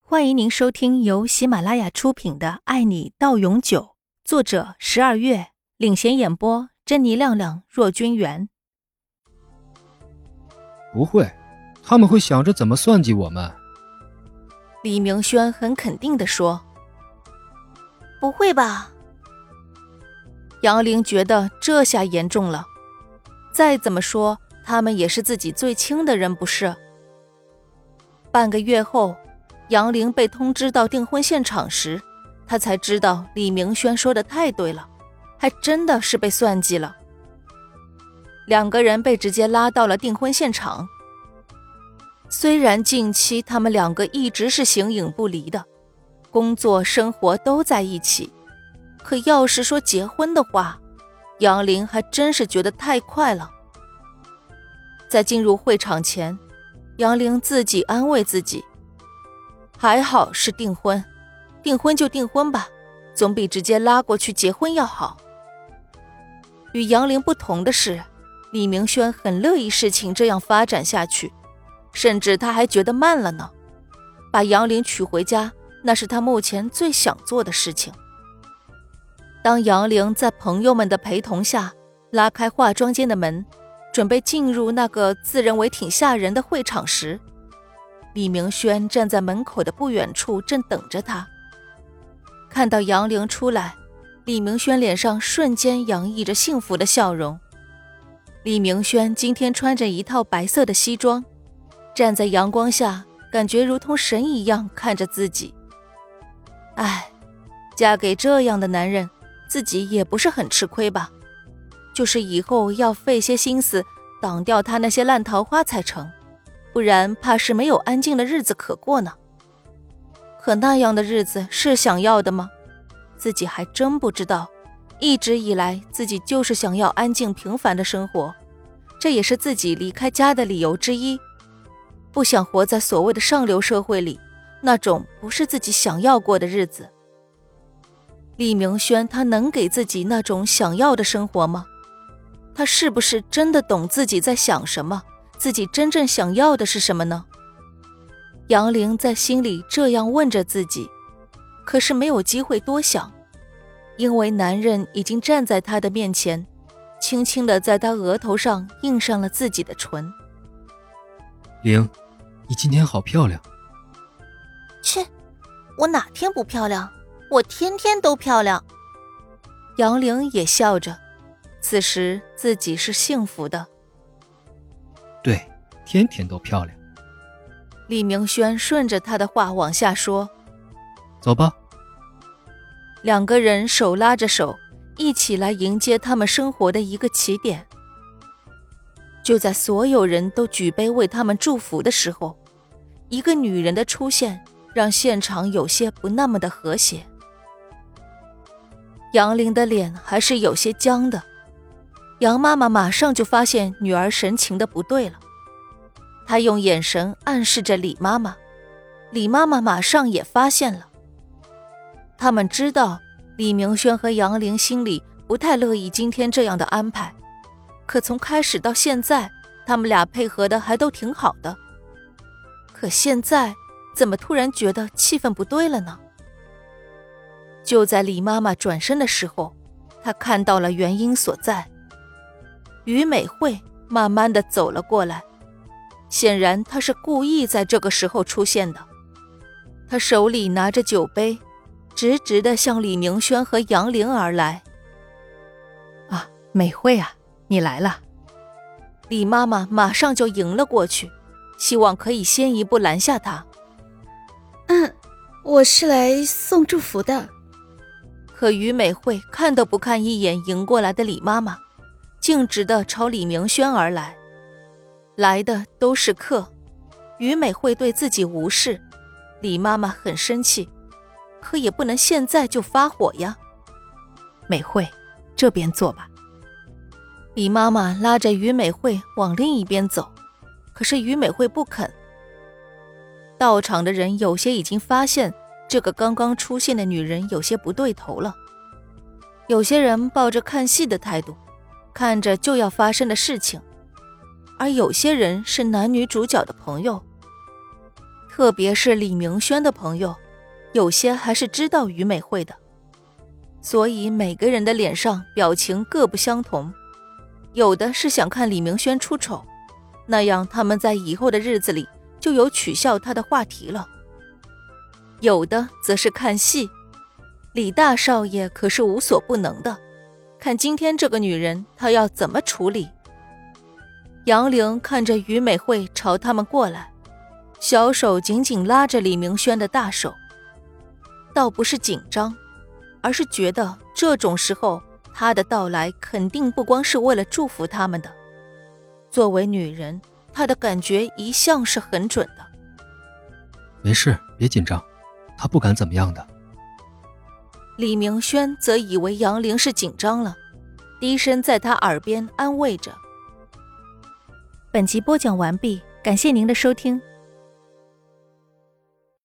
欢迎您收听由喜马拉雅出品的《爱你到永久》，作者12月，领衔演播珍妮亮亮、若君元。 不会，他们会想着怎么算计我们。 李明轩很肯定地说。 不会吧？ 杨玲觉得这下严重了，再怎么说他们也是自己最亲的人不是？半个月后，杨玲被通知到订婚现场时，她才知道李明轩说的太对了，还真的是被算计了。两个人被直接拉到了订婚现场。虽然近期他们两个一直是形影不离的，工作生活都在一起，可要是说结婚的话，杨玲还真是觉得太快了。在进入会场前，杨玲自己安慰自己，还好是订婚，订婚就订婚吧，总比直接拉过去结婚要好。与杨玲不同的是，李明轩很乐意事情这样发展下去，甚至他还觉得慢了呢。把杨玲娶回家，那是他目前最想做的事情。当杨玲在朋友们的陪同下拉开化妆间的门，准备进入那个自认为挺吓人的会场时，李明轩站在门口的不远处正等着他。看到杨玲出来，李明轩脸上瞬间洋溢着幸福的笑容。李明轩今天穿着一套白色的西装，站在阳光下，感觉如同神一样看着自己。唉，嫁给这样的男人，自己也不是很吃亏吧，就是以后要费些心思挡掉他那些烂桃花才成，不然怕是没有安静的日子可过呢。可那样的日子是想要的吗？自己还真不知道。一直以来自己就是想要安静平凡的生活，这也是自己离开家的理由之一。不想活在所谓的上流社会里，那种不是自己想要过的日子。李明轩他能给自己那种想要的生活吗？他是不是真的懂自己在想什么，自己真正想要的是什么呢？杨玲在心里这样问着自己，可是没有机会多想，因为男人已经站在她的面前，轻轻地在她额头上印上了自己的唇。 玲，你今天好漂亮。 切，我哪天不漂亮？我天天都漂亮。 杨玲也笑着，此时自己是幸福的。 对，天天都漂亮。 李明轩顺着他的话往下说。 走吧。 两个人手拉着手，一起来迎接他们生活的一个起点。就在所有人都举杯为他们祝福的时候，一个女人的出现让现场有些不那么的和谐。杨玲的脸还是有些僵的，杨妈妈马上就发现女儿神情的不对了，她用眼神暗示着李妈妈，李妈妈马上也发现了。他们知道李明轩和杨玲心里不太乐意今天这样的安排，可从开始到现在，他们俩配合的还都挺好的。可现在怎么突然觉得气氛不对了呢？就在李妈妈转身的时候，她看到了原因所在。于美惠慢慢地走了过来，显然她是故意在这个时候出现的。她手里拿着酒杯，直直地向李明轩和杨玲而来。 啊，美惠啊，你来了。 李妈妈马上就迎了过去，希望可以先一步拦下她。 我是来送祝福的。 可于美惠看都不看一眼迎过来的李妈妈，径直地朝李明轩而来。来的都是客，于美惠对自己无视，李妈妈很生气，可也不能现在就发火呀。 美惠，这边坐吧。 李妈妈拉着于美惠往另一边走，可是于美惠不肯。到场的人有些已经发现这个刚刚出现的女人有些不对头了，有些人抱着看戏的态度，看着就要发生的事情，而有些人是男女主角的朋友。 特别是李明轩的朋友，有些还是知道于美惠的，所以每个人的脸上表情各不相同。有的是想看李明轩出丑，那样他们在以后的日子里就有取笑他的话题了。有的则是看戏，李大少爷可是无所不能的，看今天这个女人他要怎么处理。杨玲看着于美惠朝他们过来，小手紧紧拉着李明轩的大手，倒不是紧张，而是觉得这种时候他的到来肯定不光是为了祝福他们的。作为女人，她的感觉一向是很准的。 没事，别紧张，他不敢怎么样的。 李明轩则以为杨玲是紧张了，低声在他耳边安慰着。 本集播讲完毕，感谢您的收听。